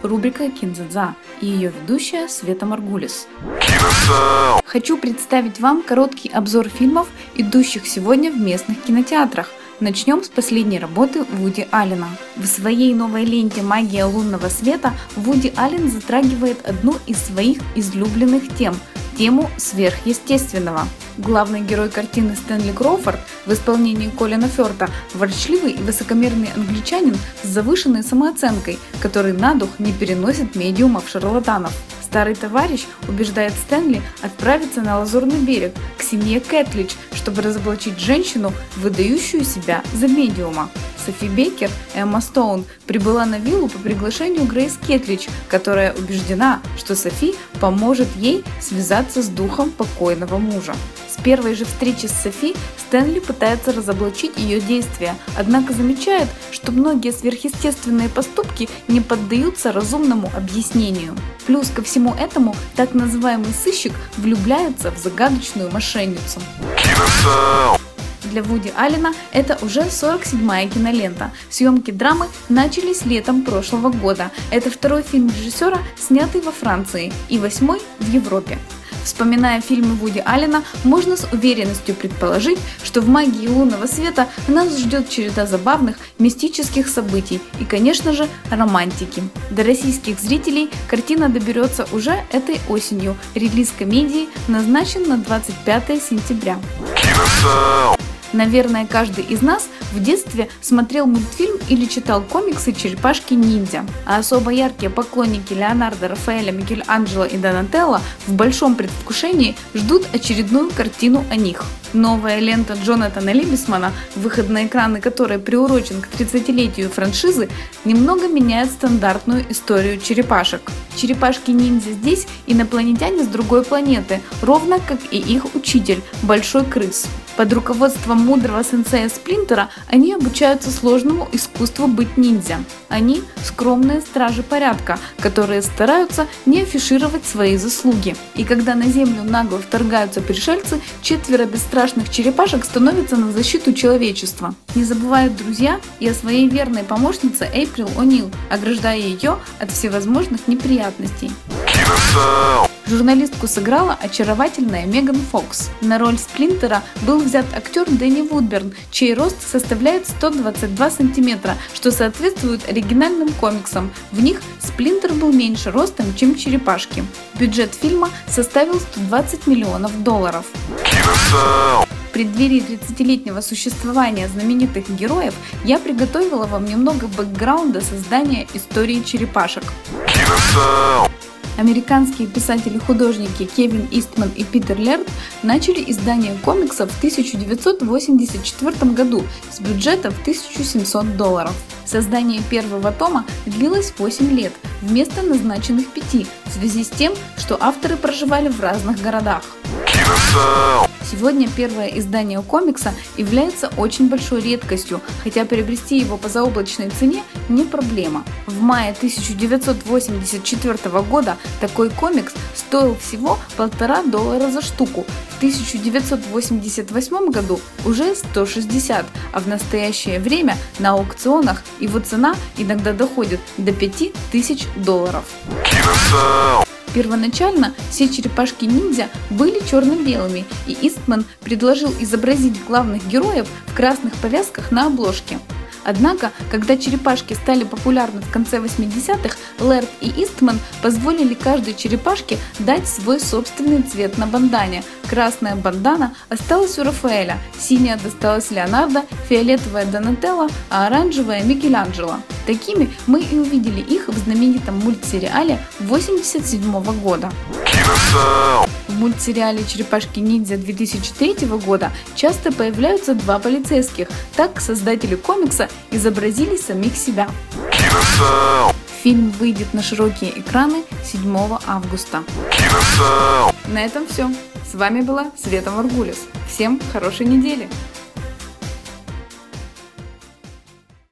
рубрика «Кинзадза» и ее ведущая Света Маргулис. Хочу представить вам короткий обзор фильмов, идущих сегодня в местных кинотеатрах. Начнем с последней работы Вуди Аллена. В своей новой ленте «Магия лунного света» Вуди Аллен затрагивает одну из своих излюбленных тем – тему сверхъестественного. Главный герой картины Стэнли Кроуфорд в исполнении Колина Фёрта – ворчливый и высокомерный англичанин с завышенной самооценкой, который на дух не переносит медиумов-шарлатанов. Старый товарищ убеждает Стэнли отправиться на Лазурный берег к семье Кэтлидж, чтобы разоблачить женщину, выдающую себя за медиума. Софи Бейкер, Эмма Стоун, прибыла на виллу по приглашению Грейс Кэтлидж, которая убеждена, что Софи поможет ей связаться с духом покойного мужа. С первой же встречи с Софи Стэнли пытается разоблачить ее действия, однако замечает, что многие сверхъестественные поступки не поддаются разумному объяснению. Плюс ко всему этому, так называемый сыщик влюбляется в загадочную мошенницу. Для Вуди Аллена это уже 47-я кинолента. Съемки драмы начались летом прошлого года. Это второй фильм режиссера, снятый во Франции, и 8-й в Европе. Вспоминая фильмы Вуди Аллена, можно с уверенностью предположить, что в «Магии лунного света» нас ждет череда забавных, мистических событий и, конечно же, романтики. До российских зрителей картина доберется уже этой осенью. Релиз комедии назначен на 25 сентября. Наверное, каждый из нас в детстве смотрел мультфильм или читал комиксы «Черепашки-ниндзя», а особо яркие поклонники Леонардо, Рафаэля, Микеланджело и Донателло в большом предвкушении ждут очередную картину о них. Новая лента Джонатана Либесмана, выход на экраны которой приурочен к 30-летию франшизы, немного меняет стандартную историю черепашек. Черепашки-ниндзя здесь инопланетяне с другой планеты, ровно как и их учитель – Большой Крыс. Под руководством мудрого сенсея Сплинтера они обучаются сложному искусству быть ниндзя. Они – скромные стражи порядка, которые стараются не афишировать свои заслуги. И когда на Землю нагло вторгаются пришельцы, 4 бесстрашных черепашек становятся на защиту человечества. Не забывают друзья и о своей верной помощнице Эйприл О'Нил, ограждая ее от всевозможных неприятностей. Журналистку сыграла очаровательная Меган Фокс. На роль Сплинтера был взят актер Дэнни Вудберн, чей рост составляет 122 сантиметра, что соответствует оригинальным комиксам. В них Сплинтер был меньше ростом, чем черепашки. Бюджет фильма составил $120 миллионов. В преддверии 30-летнего существования знаменитых героев я приготовила вам немного бэкграунда создания истории черепашек. Американские писатели-художники Кевин Истман и Питер Лерд начали издание комиксов в 1984 году с бюджетом в $1700. Создание первого тома длилось 8 лет, вместо назначенных 5, в связи с тем, что авторы проживали в разных городах. Сегодня первое издание комикса является очень большой редкостью, хотя приобрести его по заоблачной цене не проблема. В мае 1984 года такой комикс стоил всего $1,5 за штуку, в 1988 году уже 160, а в настоящее время на аукционах его цена иногда доходит до $5000. Первоначально все черепашки-ниндзя были черно-белыми, и Истман предложил изобразить главных героев в красных повязках на обложке. Однако, когда черепашки стали популярны в конце 80-х, Лерд и Истман позволили каждой черепашке дать свой собственный цвет на бандане. Красная бандана осталась у Рафаэля, синяя досталась Леонардо, фиолетовая Донателло, а оранжевая Микеланджело. Такими мы и увидели их в знаменитом мультсериале 1987 года. В мультсериале «Черепашки-ниндзя» 2003 года часто появляются 2 полицейских, так создатели комикса изобразили самих себя. Фильм выйдет на широкие экраны 7 августа. На этом все. С вами была Света Маргулис. Всем хорошей недели!